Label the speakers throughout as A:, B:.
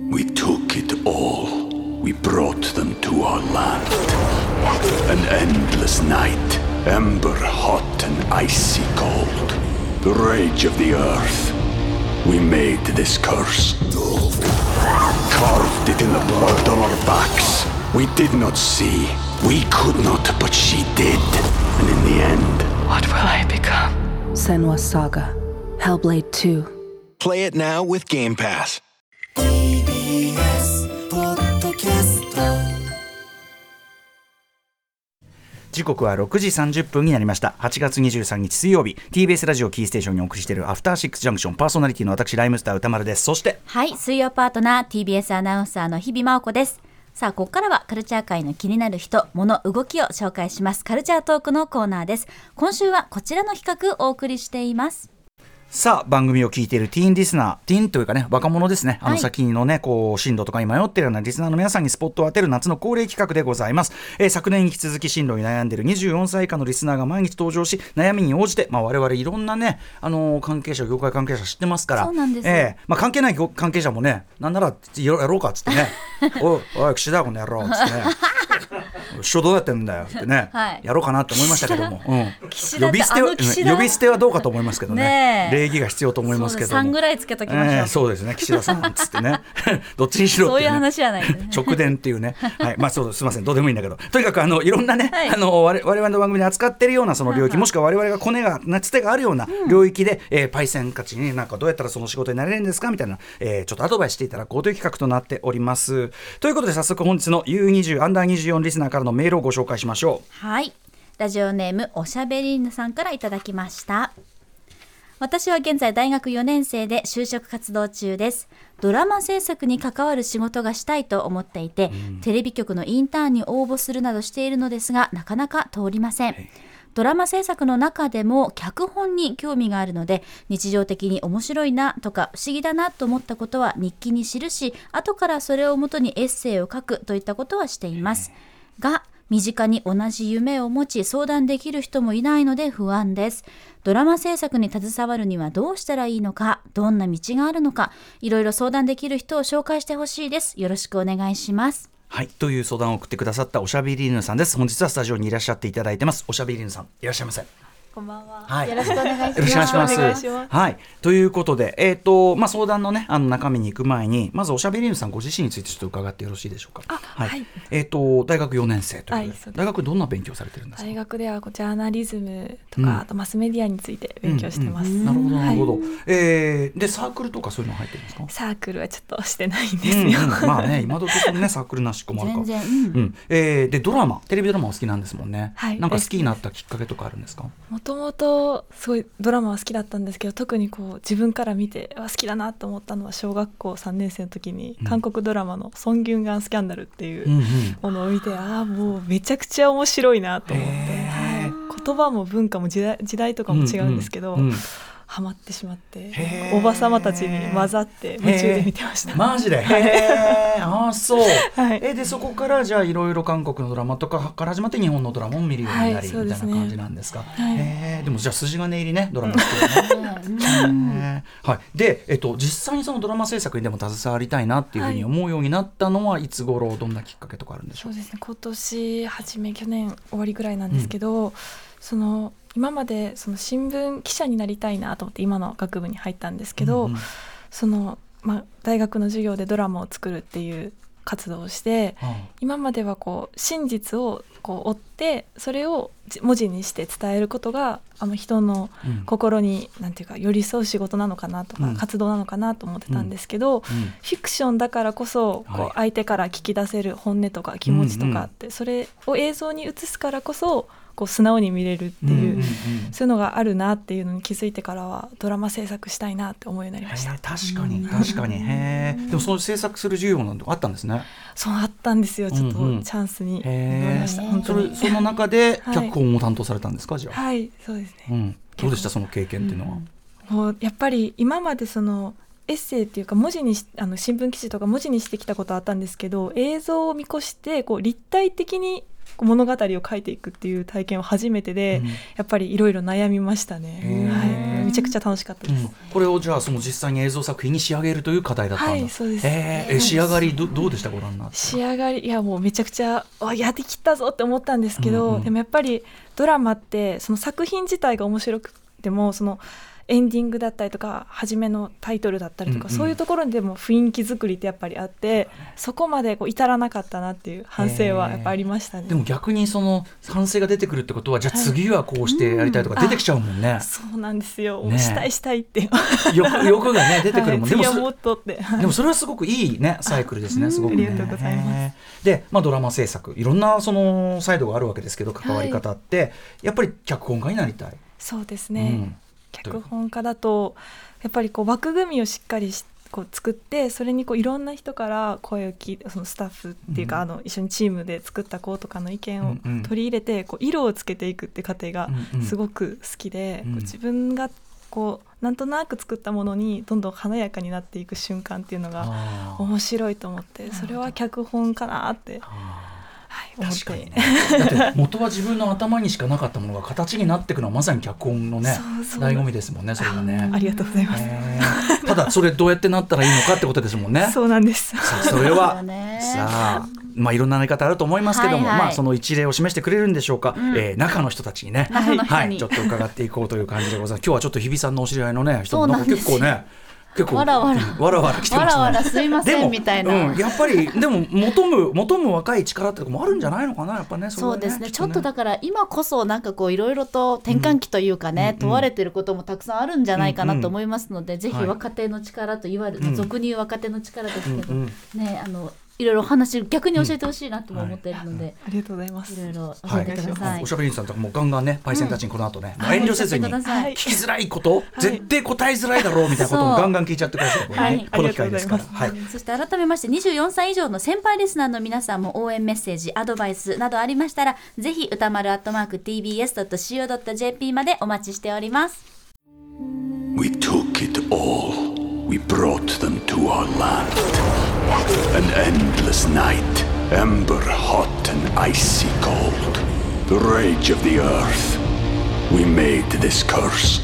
A: We took it all. We brought them to our land. An endless night, ember hot and icy cold. The rage of the earth. We made this curse. Carved it in the blood on our backs. We did not see. We could not, but she did. And in the end,
B: what will I become?
C: Senua's Saga. Hellblade 2.
D: Play it now with Game Pass.
E: TBS ポッドキャスト。
F: 時刻は6時30分になりました。8月23日水曜日、 TBS ラジオキーステーションにお送りしているアフターシックスジャンクション、パーソナリティの私ライムスター歌丸です。そして
G: 水曜パートナー TBS アナウンサーの日々真央子です。さあ、ここからはカルチャー界の気になる人、物、動きを紹介します。カルチャートークのコーナーです。今週はこちらの企画をお送りしています。
F: さあ、番組を聞いているティーンリスナー、ティーンというかね、若者ですね、先のね、こう進路とかに迷っているようなリスナーの皆さんにスポットを当てる夏の恒例企画でございます。昨年に引き続き進路に悩んでいる24歳以下のリスナーが毎日登場し、悩みに応じて、我々いろんなね、関係者、業界関係者知ってますから、
G: そうなんです、
F: 関係ない関係者もね、なんならやろうかっつってねおい岸田この野郎っつってね師匠どうやってんだよってね、やろうかなと思いましたけども、呼び捨てはどうかと思いますけどね、礼儀が必要と思いますけども、
G: 3ぐらいつけときましょう、
F: そうですね、岸田さんっつってねどっちにしろって、
G: そういう話じゃない、
F: 直伝っていうね、そうすいません、どうでもいいんだけど、とにかくいろんなね、我々の番組で扱ってるようなその領域、もしくは我々がコネがつてがあるような領域で、パイセンたちになんかどうやったらその仕事になれるんですかみたいな、ちょっとアドバイスしていただこうという企画となっております。ということで早速本日の U20 アンダー24リスナーからのメールをご紹介しましょう。
G: はい、ラジオネームおしゃべりーぬさんからいただきました。私は現在大学4年生で就職活動中です。ドラマ制作に関わる仕事がしたいと思っていて、テレビ局のインターンに応募するなどしているのですが、なかなか通りません。ドラマ制作の中でも脚本に興味があるので、日常的に面白いなとか不思議だなと思ったことは日記に記し、後からそれをもとにエッセイを書くといったことはしていますが、身近に同じ夢を持ち相談できる人もいないので不安です。ドラマ制作に携わるにはどうしたらいいのか、どんな道があるのか、いろいろ相談できる人を紹介してほしいです。よろしくお願いします。
F: はい、という相談を送ってくださったおしゃべりーぬさんです。本日はスタジオにいらっしゃっていただいてます。おしゃべりーぬさん、いらっしゃいませ。
G: こんばんは、よろしくお願いします。
F: よろしくお願いします。はい、ということで、相談のね、中身に行く前に、まずおしゃべりーぬさんご自身についてちょっと伺ってよろしいでしょうか。大学4年生ということで、大学どんな勉強されてるんですか。
B: 大学ではジャーナリズムとか、あとマスメディアについて勉強してます。
F: なるほどなるほど。でサークルとかそういうの入ってるんですか。
B: サークルはちょっとしてないんですよ。
F: 今時そのねサークルなし困るか。
G: 全然。
F: でドラマ、テレビドラマお好きなんですもんね。なんか好きになったきっかけとかあるんですか。
B: もともとすごいドラマは好きだったんですけど、特に自分から見て好きだなと思ったのは小学校3年生の時に韓国ドラマのソン・ギュンガンスキャンダルっていうものを見て、もうめちゃくちゃ面白いなと思って、言葉も文化も時代とかも違うんですけど、ハマってしまって、おばさまたちに混ざって夢中で見てました。
F: マジで。そう。でそこからじゃあいろいろ韓国のドラマとかから始まって日本のドラマを見るようになり、みたいな感じなんですか。でもじゃあ筋金入りね、ドラマ好きだね。で実際にそのドラマ制作にでも携わりたいなっていうふうに思うようになったのはいつ頃、どんなきっかけとかあるんでしょう。
B: そうですね、今年初め去年終わりぐらいなんですけど、今まで新聞記者になりたいなと思って今の学部に入ったんですけど、大学の授業でドラマを作るっていう活動をして、今までは真実を追ってそれを文字にして伝えることが人の心になんていうか寄り添う仕事なのかなとか、活動なのかなと思ってたんですけど、フィクションだからこそ相手から聞き出せる本音とか気持ちとかって、それを映像に移すからこそ素直に見れるっていう、そういうのがあるなっていうのに気づいてからはドラマ制作したいなって思うようになりました。
F: 確かにでもその制作する授業なんてあったんですね。
B: そうあったんですよ。ちょっとチャンスになりました。本当に
F: その中で脚本を担当されたんですか。じゃあ
B: そうですね。
F: どうでしたその経験っていうのは。
B: もうやっぱり今までエッセイっていうか文字に新聞記事とか文字にしてきたことあったんですけど、映像を見越してこう立体的に物語を書いていくっていう体験は初めてで、やっぱりいろいろ悩みましたね、はい、めちゃくちゃ楽しかったです、
F: これをじゃあその実際に映像作品に仕上げるという課題だったんだ。
B: はい、そうです。
F: 仕上がりどうでした、ご覧になって。
B: 仕上がり、いやもうめちゃくちゃやってきたぞって思ったんですけど、でもやっぱりドラマってその作品自体が面白くても、そのエンディングだったりとか初めのタイトルだったりとか、そういうところでも雰囲気作りってやっぱりあって、そこまでこう至らなかったなっていう反省はやっぱありましたね。
F: でも逆にその反省が出てくるってことは、じゃあ次はこうしてやりたいとか出てきちゃうもんね。
B: そうなんですよ、したいって
F: 欲がね出てくるもん、
B: 次はもっとって
F: でもそれはすごくいいねサイクルですね、すごくね。
B: ありがとうございます。
F: で、ドラマ制作いろんなそのサイドがあるわけですけど、関わり方って、やっぱり脚本家になりたい。
B: そうですね、脚本家だとやっぱりこう枠組みをしっかりこう作って、それにこういろんな人から声を聞いて、そのスタッフっていうか、一緒にチームで作った子とかの意見を取り入れて、こう色をつけていくって過程がすごく好きで、こう自分がこうなんとなく作ったものにどんどん華やかになっていく瞬間っていうのが面白いと思って、それは脚本かなって
F: 確かにね、だって元は自分の頭にしかなかったものが形になっていくのはまさに脚本のね醍醐味ですもんね、それがね。
B: ありがとうございます、
F: ただそれどうやってなったらいいのかってことですもんね。
B: そうなんです。
F: それはさあ、いろんなやり方あると思いますけども、その一例を示してくれるんでしょうか、中の人たちにね、ちょっと伺っていこうという感じでございます。今日はちょっと日比さんのお知り合いのね人もなんか結構
G: わらわら
F: 来てますね。
G: わらわらすいませんみたいな。
F: やっぱりでも求む若い力ってとこもあるんじゃないのかな、やっぱね。
G: そうですね。ちょっとだから今こそなんかこういろいろと転換期というかね、問われていることもたくさんあるんじゃないかなと思いますので、ぜひ若手の力といわれる、俗に言う若手の力ですけど、ね、いろいろお話逆に教えてほしいなとも思っているので、
B: ありがとうございます。
G: いろいろ教えてください。
F: おしゃべりさんとかもうガンガンね、パイセンたちにこの後ね、遠慮せずに聞きづらいこと、絶対答えづらいだろうみたいなこともガンガン聞いちゃってください。この機会ですから。
G: そして改めまして24歳以上の先輩リスナーの皆さんも応援メッセージ、アドバイスなどありましたら、ぜひ歌丸@tbs.co.jp までお待ちしております。
A: We took it all. We brought them to our land. An endless night, ember hot and icy cold. The rage of the earth. We made this curse.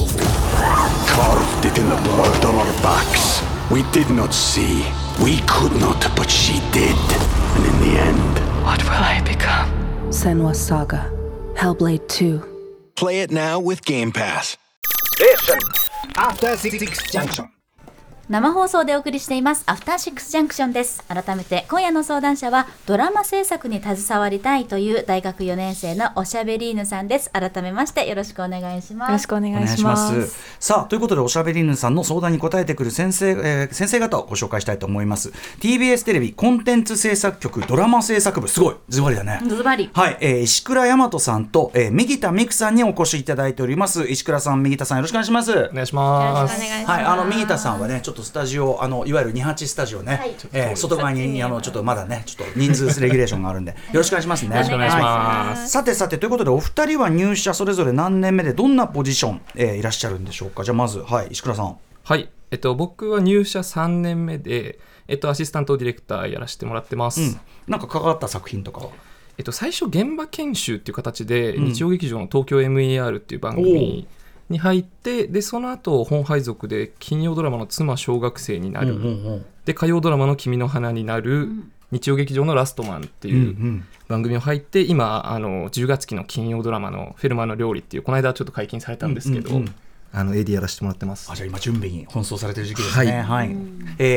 A: Carved it in the blood on our backs. We did not see. We could not, but she did. And in the end, what will I become?
C: Senua's Saga. Hellblade 2.
D: Play it now with Game Pass.
H: Station After Six Junction.
G: 生放送でお送りしていますアフターシックスジャンクションです。改めて今夜の相談者はドラマ制作に携わりたいという大学4年生のおしゃべりーぬさんです。改めましてよろしくお願いします。
B: よろしくお願いします。
F: さあ、ということでおしゃべりーぬさんの相談に答えてくる先生方をご紹介したいと思います。 TBS テレビコンテンツ制作局ドラマ制作部、すごいズバリだね。
G: ズバリ、
F: はい、石倉大和さんと、右田美久さんにお越しいただいております。石倉さん、右田さん、よろしくお願いします。
I: お願いします。
F: はい、右田さんはね、ちょっとスタジオいわゆる28スタジオね、外側にちょっとまだねちょっと人数レギュレーションがあるんでよろしくお願いしますね。
I: よろしくお願いします。
F: さてということで、お二人は入社それぞれ何年目でどんなポジション、いらっしゃるんでしょうか。じゃあまず、石倉さん。
I: はい、僕は入社3年目で、アシスタントディレクターやらせてもらってます。
F: なんか関わった作品とかは。
I: 最初現場研修っていう形で、日曜劇場の東京 MER っていう番組に入って、でその後本配属で金曜ドラマの妻小学生になる、で火曜ドラマの君の花になる、日曜劇場のラストマンっていう番組を入って、今10月期の金曜ドラマのフェルマーの料理っていうこの間ちょっと解禁されたんですけど、AD やらせてもらってます。
F: じゃあ今準備に奔走されてる時期ですね。はい、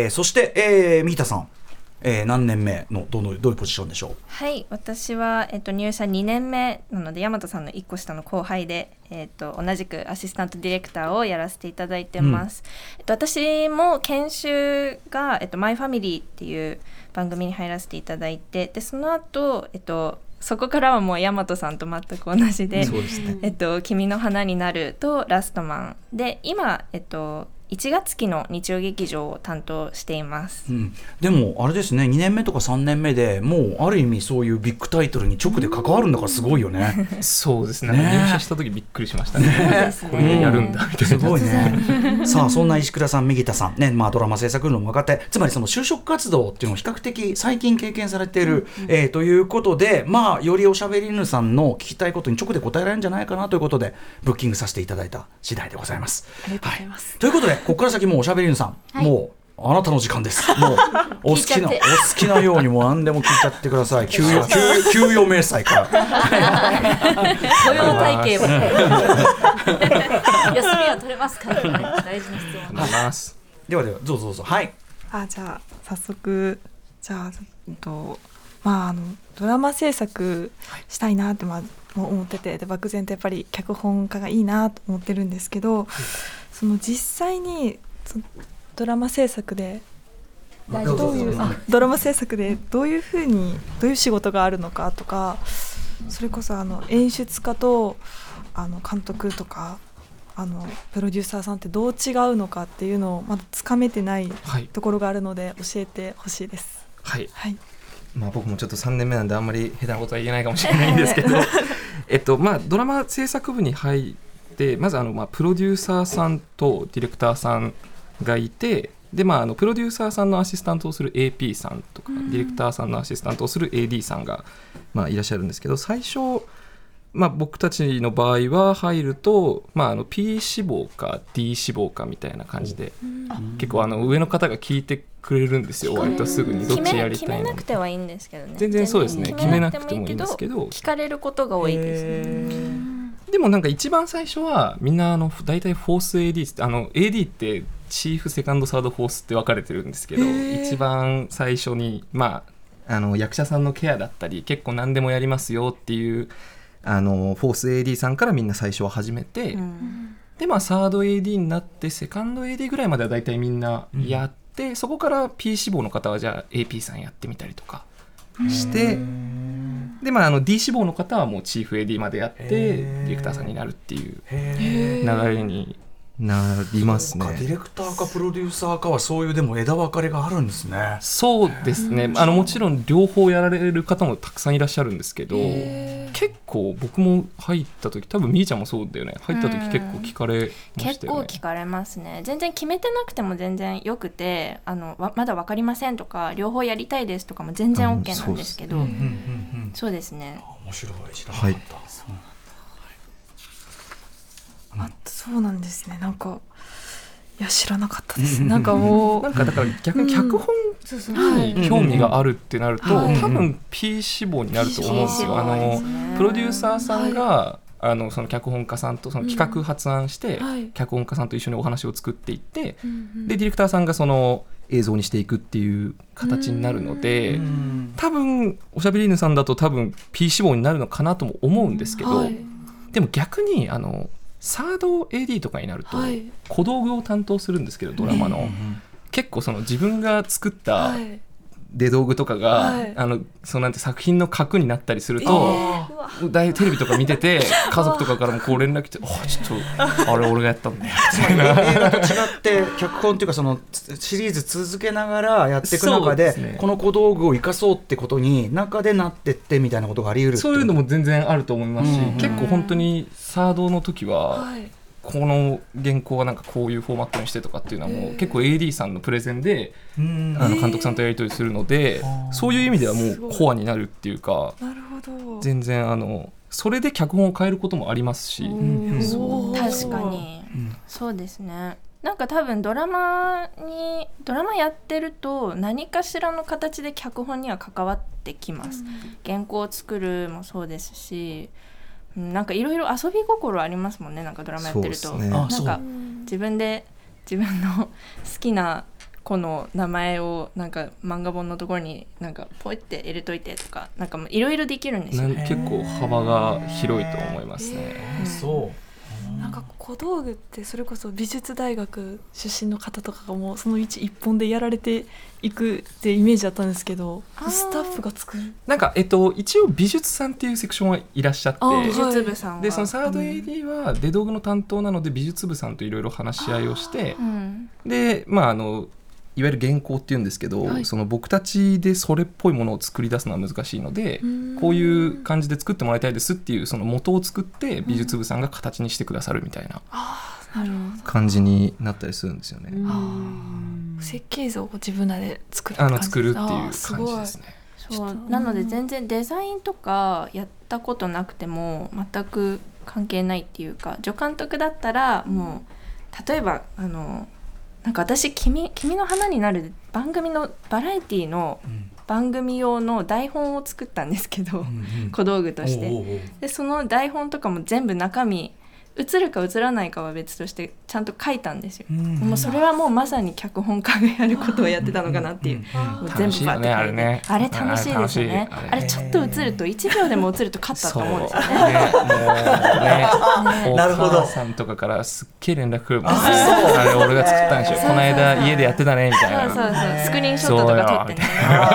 F: そして、三田さん、何年目のどういうポジションでしょう。
J: はい、私は、入社2年目なので大和さんの1個下の後輩で、同じくアシスタントディレクターをやらせていただいてます。私も研修が、マイファミリーっていう番組に入らせていただいて、でその後、そこからはもう大和さんと全く同じで、君の花になるとラストマンで、今、 1月期の日曜劇場を担当しています、
F: でもあれですね、2年目とか3年目でもうある意味そういうビッグタイトルに直で関わるんだからすごいよね。
I: そうですね、入社した時びっくりしましたね。これやるんだみたいな、
F: すごいね。さあそんな石倉さん、右田さんね、ドラマ制作の若手、つまりその就職活動っていうのを比較的最近経験されている、ということで、よりおしゃべり犬さんの聞きたいことに直で答えられるんじゃないかなということでブッキングさせていただいた次第でございます。
B: ありがとうございます、
F: ということでここから先もうおしゃべり犬さん、もうあなたの時間です。もうお好きなようにもう何でも聞いちゃってください。給与明細から
G: 雇用体系も休みは取れますからね、大事な質問
F: です。ではどうぞ。はい。
B: じゃあ早速ドラマ制作したいなって思ってて、で漠然とやっぱり脚本家がいいなと思ってるんですけど、その実際にドラマ制作でどういうふうにどういう仕事があるのかとか、それこそ演出家と監督とかプロデューサーさんってどう違うのかっていうのをまだつかめてないところがあるので教えてほしいです。
I: はい、僕もちょっと3年目なんであんまり下手なことは言えないかもしれないんですけどドラマ制作部に入ってまずプロデューサーさんとディレクターさんがいて、で、プロデューサーさんのアシスタントをする AP さんとか、ディレクターさんのアシスタントをする AD さんが、いらっしゃるんですけど、最初、僕たちの場合は入ると、P 志望か D 志望かみたいな感じで、結構上の方が聞いてくれるんですよ、割とすぐにどっちやりたいの。
J: 決めなくてはいいんですけどね。
I: 全然そうですね、決めなくてもいいんですけど、
J: 聞かれることが多いですね。
I: でもなんか一番最初はみんな大体フォース AD ってAD ってチーフセカンドサードフォースって分かれてるんですけど、一番最初に役者さんのケアだったり結構何でもやりますよっていうフォース AD さんからみんな最初は始めて、でサード AD になってセカンド AD ぐらいまでは大体みんなやって、そこから P 志望の方はじゃあ AP さんやってみたりとかして、でD 志望の方はもうチーフ AD までやってディレクターさんになるっていう流れになりますね。
F: ディレクターかプロデューサーかはそういうでも枝分かれがあるんですね。
I: そうですね、もちろん両方やられる方もたくさんいらっしゃるんですけど、結構僕も入った時、多分みーちゃんもそうだよね、入った時結構聞かれましたよね。
J: 結構聞かれますね。全然決めてなくても全然よくて、まだ分かりませんとか両方やりたいですとかも全然 OK なんですけど、そうですね。
F: 面白い、知らなかった、
B: そうなんですね。いや知らなかったです。なんかもう
I: だから逆に脚本に興味があるってなると、多分 P 志望になると思うんですよ。プロデューサーさんが、その脚本家さんとその企画発案して、脚本家さんと一緒にお話を作っていって、でディレクターさんがその映像にしていくっていう形になるので、多分おしゃべり犬さんだと多分 P 志望になるのかなとも思うんですけど、でも逆にサード AD とかになると小道具を担当するんですけど、ドラマの結構その自分が作った出道具とかが、そのなんて作品の核になったりすると、テレビとか見てて家族とかからもこう連絡来て、ちょっとあれ俺がやったんだよみたいな。
F: 映画と違って脚本っていうかそのシリーズ続けながらやっていく中で、この小道具を生かそうってことに中でなってってみたいなことがあり得る。
I: そういうのも全然あると思いますし、結構本当にサードの時は、この原稿はなんかこういうフォーマットにしてとかっていうのはもう結構 AD さんのプレゼンで監督さんとやり取りするので、そういう意味ではもうコアになるっていうか、全然それで脚本を変えることもありますし、
J: 確かに、そうですね。なんか多分ドラマやってると何かしらの形で脚本には関わってきます。原稿を作るもそうですし、なんかいろいろ遊び心ありますもんね。なんかドラマやってると、なんか自分で自分の好きな子の名前をなんか漫画本のところになんかポイって入れといてとか、なんかいろいろできるんですよ。
I: 結構幅が広いと思いますね。
B: なんか小道具ってそれこそ美術大学出身の方とかがもうその道一本でやられていくってイメージだったんですけど、スタッフが作る
I: なんか、一応美術さんっていうセクションはいらっしゃって、
J: 美術部さんは
I: でそのサード AD は出道具の担当なので美術部さんといろいろ話し合いをして、でまあいわゆる原稿っていうんですけど、その僕たちでそれっぽいものを作り出すのは難しいので、こういう感じで作ってもらいたいですっていうその元を作って美術部さんが形にしてくださるみたいな感じになったりするんですよね。
B: 設計図を自分らで作るって感じ
I: 作るっていう感じですね。
J: そうなので全然デザインとかやったことなくても全く関係ないっていうか、助監督だったらもう例えばなんか私君の花になる番組のバラエティの番組用の台本を作ったんですけど、小道具として。でその台本とかも全部中身映るか映らないかは別としてちゃんと書いたんですよ。もうそれはもうまさに脚本家がやることをやってたのかなっていう、もう全部バッて書いて、あれ楽しいですよね。あれちょっと映ると1秒でも映ると勝ったと思うんですよね。
F: なるほど。
I: お母さんとかからすっげえ連絡来るもんね。あれ俺が作ったんでしょ、この間家でやってたねみたいな。
J: そうスクリーンショットとか撮って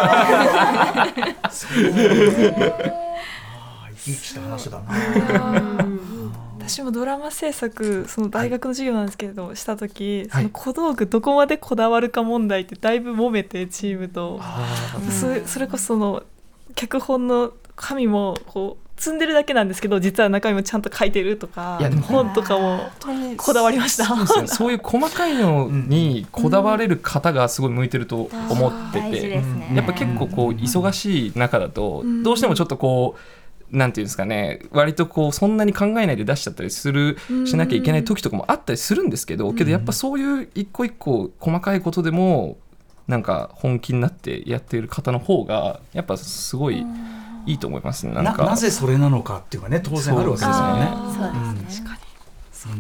J: ね。
F: 生きした話だな。
B: 私もドラマ制作その大学の授業なんですけど、した時その小道具どこまでこだわるか問題ってだいぶ揉めて、チームとそれこそその脚本の紙もこう積んでるだけなんですけど実は中身もちゃんと書いてるとか、本とかもこだわりました。
I: そういう細かいのにこだわれる方がすごい向いてると思ってて、やっぱ結構こう忙しい中だとどうしてもちょっとこうなんていうんですかね、割とこうそんなに考えないで出しちゃったりしなきゃいけない時とかもあったりするんですけど、けどやっぱそういう一個一個細かいことでもなんか本気になってやっている方の方がやっぱすごいいいと思いますね。
F: なぜそれなのかっていうかね、当然あるわけですよね。
B: 確かに。そ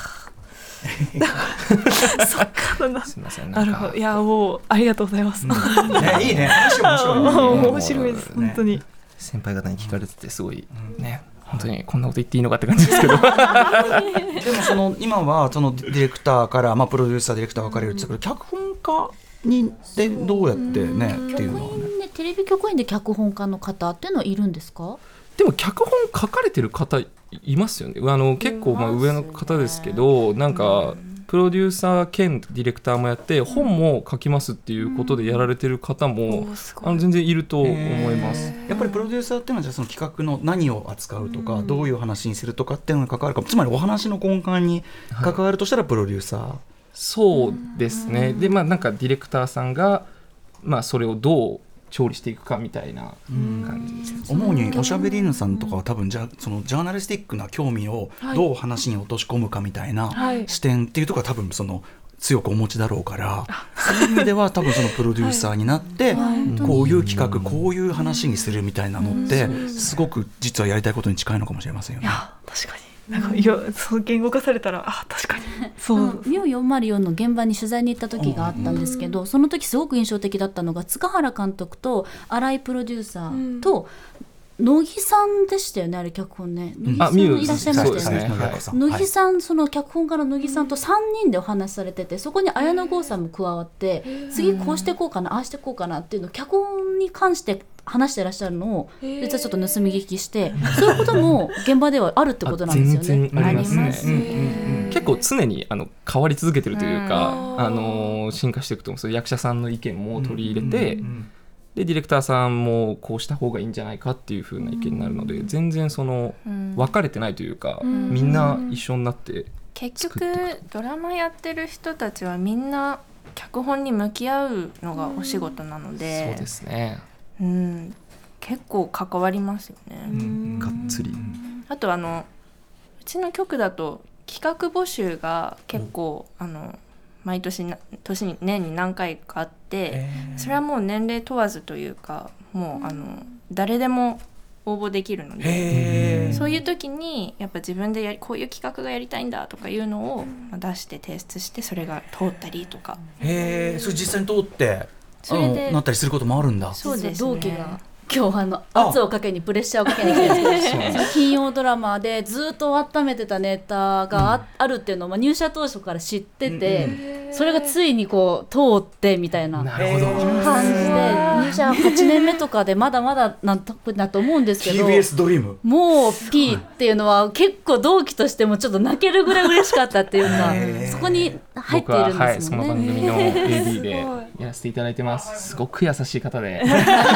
B: っか
I: すみません。
B: なるほど。いやもうありがとうございます。
F: いいね。
B: 面白いです本当に。
I: 先輩方に聞かれててすごいね、本当にこんなこと言っていいのかって感じですけど。で
F: も今はそのディレクターから、プロデューサーディレクター分かれるって言って、脚本家にでどうやってねっていうのはね。
G: テレビ局員で脚本家の方っていうのはいるんですか？
I: でも脚本書かれてる方いますよね。結構上の方ですけど、なんかプロデューサー兼ディレクターもやって本も書きますっていうことでやられてる方も全然いると思います。
F: やっぱりプロデューサーっていうのはじゃあその企画の何を扱うとかどういう話にするとかっていうのに関わるか、つまりお話の根幹に関わるとしたらプロデューサー、
I: そうですね。でなんかディレクターさんがそれをどう調理していくかみたいな感じです。
F: 主におしゃべり犬さんとかは多分そのジャーナリスティックな興味をどう話に落とし込むかみたいな視点っていうところが多分その強くお持ちだろうから、そういう意味では多分そのプロデューサーになってこういう企画こういう話にするみたいなのってすごく実はやりたいことに近いのかもしれませんよね。
B: 確かに。そう言語化されたら確かに
G: そうミュ404の現場に取材に行った時があったんですけど、その時すごく印象的だったのが塚原監督と新井プロデューサーと乃木さんでしたよね、あれ脚本ね。乃木さんいらっしゃいましたよね。乃木さん、その脚本家の乃木さんと3人でお話しされてて、そこに綾野剛さんも加わって、次こうしていこうかなああしていこうかなっていうのを脚本に関して話してらっしゃるのを実はちょっと盗み聞きして、そういうことも現場ではあるってことなんですよね。
I: 全然ありますね。結構常に変わり続けてるというか、進化していくと思う。役者さんの意見も取り入れて、でディレクターさんもこうした方がいいんじゃないかっていう風な意見になるので、全然その分かれてないというか、みんな一緒になって
J: 結局ドラマやってる人たちはみんな脚本に向き合うのがお仕事なので、
I: そうですね、
J: 結構関わりますよね、
I: がっつり。
J: あとうちの局だと企画募集が結構毎年年に何回かあって、それはもう年齢問わずというか、もう誰でも応募できるので、そういう時にやっぱ自分でこういう企画がやりたいんだとかいうのを出して提出して、それが通ったりとか。
F: それ実際に通って
J: それで
F: なったりすることもあるんだ。
J: そうですね。
G: 同期が今日圧をかけにプレッシャーをかけに来てるんですけどその金曜ドラマでずっと温めてたネタがあるっていうのを、入社当初から知ってて、それがついにこう通ってみたいな感じで、入社8年目とかでまだまだなんだと思うんですけど
F: TBS ドリーム
G: もう P っていうのは結構同期としてもちょっと泣けるぐらい嬉しかったっていうかそこに入っているんですもんね。
I: 僕は、その番組の AD でやらせていただいてます。すごく優しい方で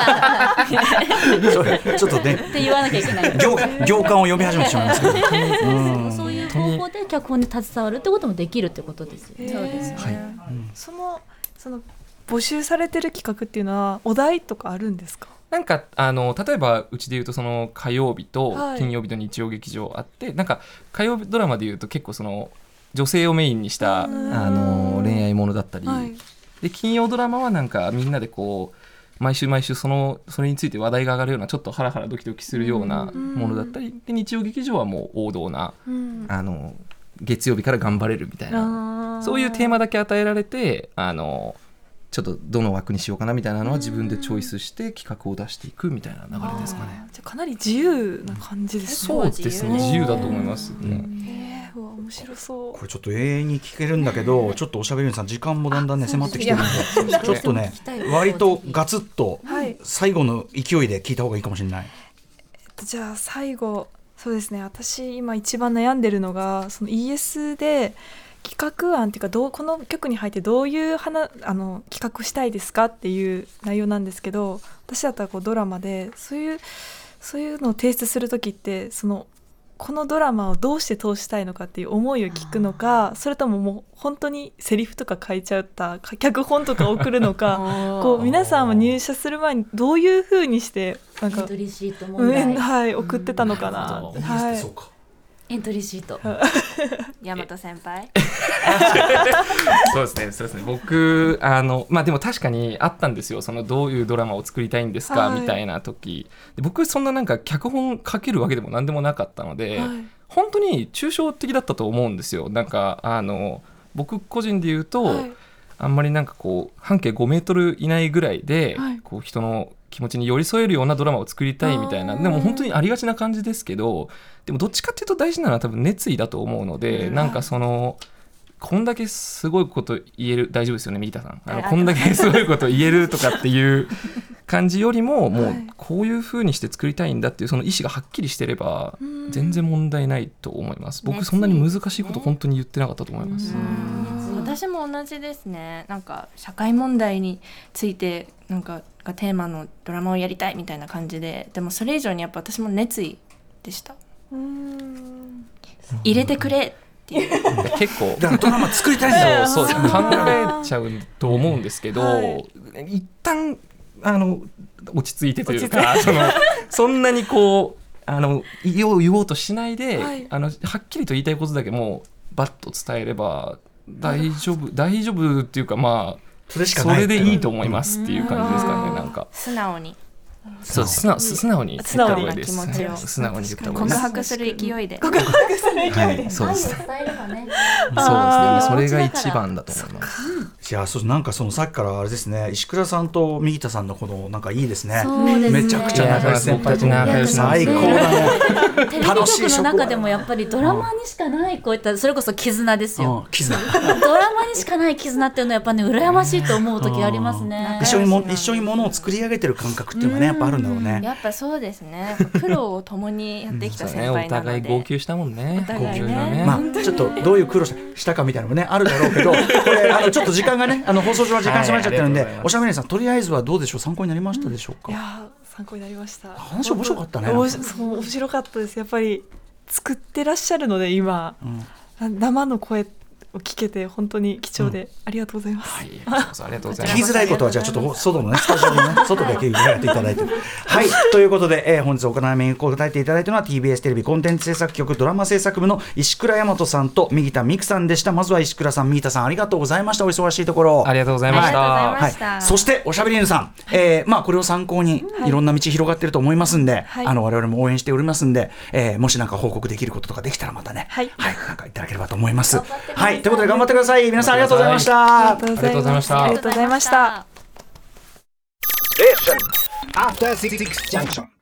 F: ちょっとね
G: って言わなきゃいけない
F: 行間を読み始めてしまいますけど
G: そういう方法で脚本に携わるってこともできるってことですよね。
J: そうですね、
F: はい
B: その募集されてる企画っていうのはお題とかあるんですか？
I: なんか例えばうちでいうとその火曜日と金曜日と日曜劇場あって、なんか火曜日ドラマでいうと結構その女性をメインにした恋愛ものだったり、で金曜ドラマはなんかみんなでこう毎週毎週それについて話題が上がるようなちょっとハラハラドキドキするようなものだったり、で日曜劇場はもう王道な、月曜日から頑張れるみたいなそういうテーマだけ与えられてちょっとどの枠にしようかなみたいなのは自分でチョイスして企画を出していくみたいな流れですかね。
B: じゃあかなり自由な感じですね。
I: そうですね、自由だと思います、
B: 面白そう。
F: これちょっと永遠に聞けるんだけど、ちょっとおしゃべりさん時間もだんだんね迫ってきてるんで、ちょっとね割とガツッと最後の勢いで聞いた方がいいかもしれない。
B: じゃあ最後、そうですね、私今一番悩んでるのがその ES で企画案っていうかこの局に入ってどういう企画したいですかっていう内容なんですけど、私だったらこうドラマでそういうのを提出するときってこのドラマをどうして通したいのかっていう思いを聞くのか、それとももう本当にセリフとか書いちゃった脚本とか送るのかこう皆さんは入社する前にどういう風にしてなんか
G: エントリーシート問題、
B: 送ってたのかな。
F: そうか、
G: エントリーシート
J: 大和先輩
I: そうですね僕でも確かにあったんですよ。そのどういうドラマを作りたいんですか、みたいな時で、僕そんななんか脚本書けるわけでも何でもなかったので、本当に抽象的だったと思うんですよ。なんか僕個人で言うと、あんまりなんかこう半径5メートル以内ぐらいで、こう人の気持ちに寄り添えるようなドラマを作りたいみたいな、でも本当にありがちな感じですけど、でもどっちかっていうと大事なのは多分熱意だと思うので、なんかこんだけすごいこと言える、大丈夫ですよね右田さん、こんだけすごいこと言えるとかっていう感じよりも、もうこういう風にして作りたいんだっていうその意思がはっきりしてれば全然問題ないと思います。僕そんなに難しいこと本当に言ってなかったと思います。
J: 私も同じですね。なんか社会問題についてなんかがテーマのドラマをやりたいみたいな感じで、でもそれ以上にやっぱ私も熱意でした。入れてくれっていう
I: 結構
F: だからドラマ作りたいんだよ
I: そう考えちゃうと思うんですけど、一旦落ち着いてというかそんなにこう言おうとしないで、はっきりと言いたいことだけもうバッと伝えれば大丈夫っていうか、それでいいと思いますっていう感じですかね。なんか
J: 素直に
I: そう素直に言った方がいいです。素直に言った方がいいです。
J: 告白する勢いで
F: そうですね。
I: それが一番だと思います。
F: いや、なんかさっきからあれですね、石倉さんと右田さんのこのなんかいいですね。めちゃくちゃ仲良し先輩と最高だね。
G: 楽しい職場の中でもやっぱりドラマにしかないこういったそれこそ絆ですよ。ドラマにしかない絆っていうのはやっぱね羨ましいと思う時ありますね。
F: 一緒に物を作り上げてる感覚っていうのがねやっぱあるんだろうね。
J: やっぱそうですね。苦労を共にやってきた先輩なので、
I: お互い号泣したもんね。
F: ちょっとどういう苦労したかみたいなのもねあるだろうけど、これちょっと時間がね放送上は時間迫っちゃってるんで、おしゃべりさんとりあえずはどうでしょう、参考になりましたでしょうか。
B: いや参考になりました。
F: 話面白かったね。
B: 面白かったです。やっぱり作ってらっしゃるので今、生の声を聞けて本当に貴重で、ありがとうございます。
I: ありがとうございます。
F: 聞きづらいことはじゃあちょっと外のねスタジオのね外でやっていただいてはいということで、本日お悩みに答えていただいたのは TBS テレビコンテンツ制作局ドラマ制作部の石倉大和さんと右田美久さんでした。まずは石倉さん、右田さんありがとうございました。お忙しいところ
I: ありがとうございました。
F: そしておしゃべりぬさん、これを参考にいろんな道広がってると思いますんで、我々も応援しておりますんで、もしなんか報告できることとかできたらまたね、なんかいただければと思います。はい、ということで頑張ってください。皆さんありがとうございました。
B: ありがとうございました。
F: ありがとうございました。
H: After Six Junction.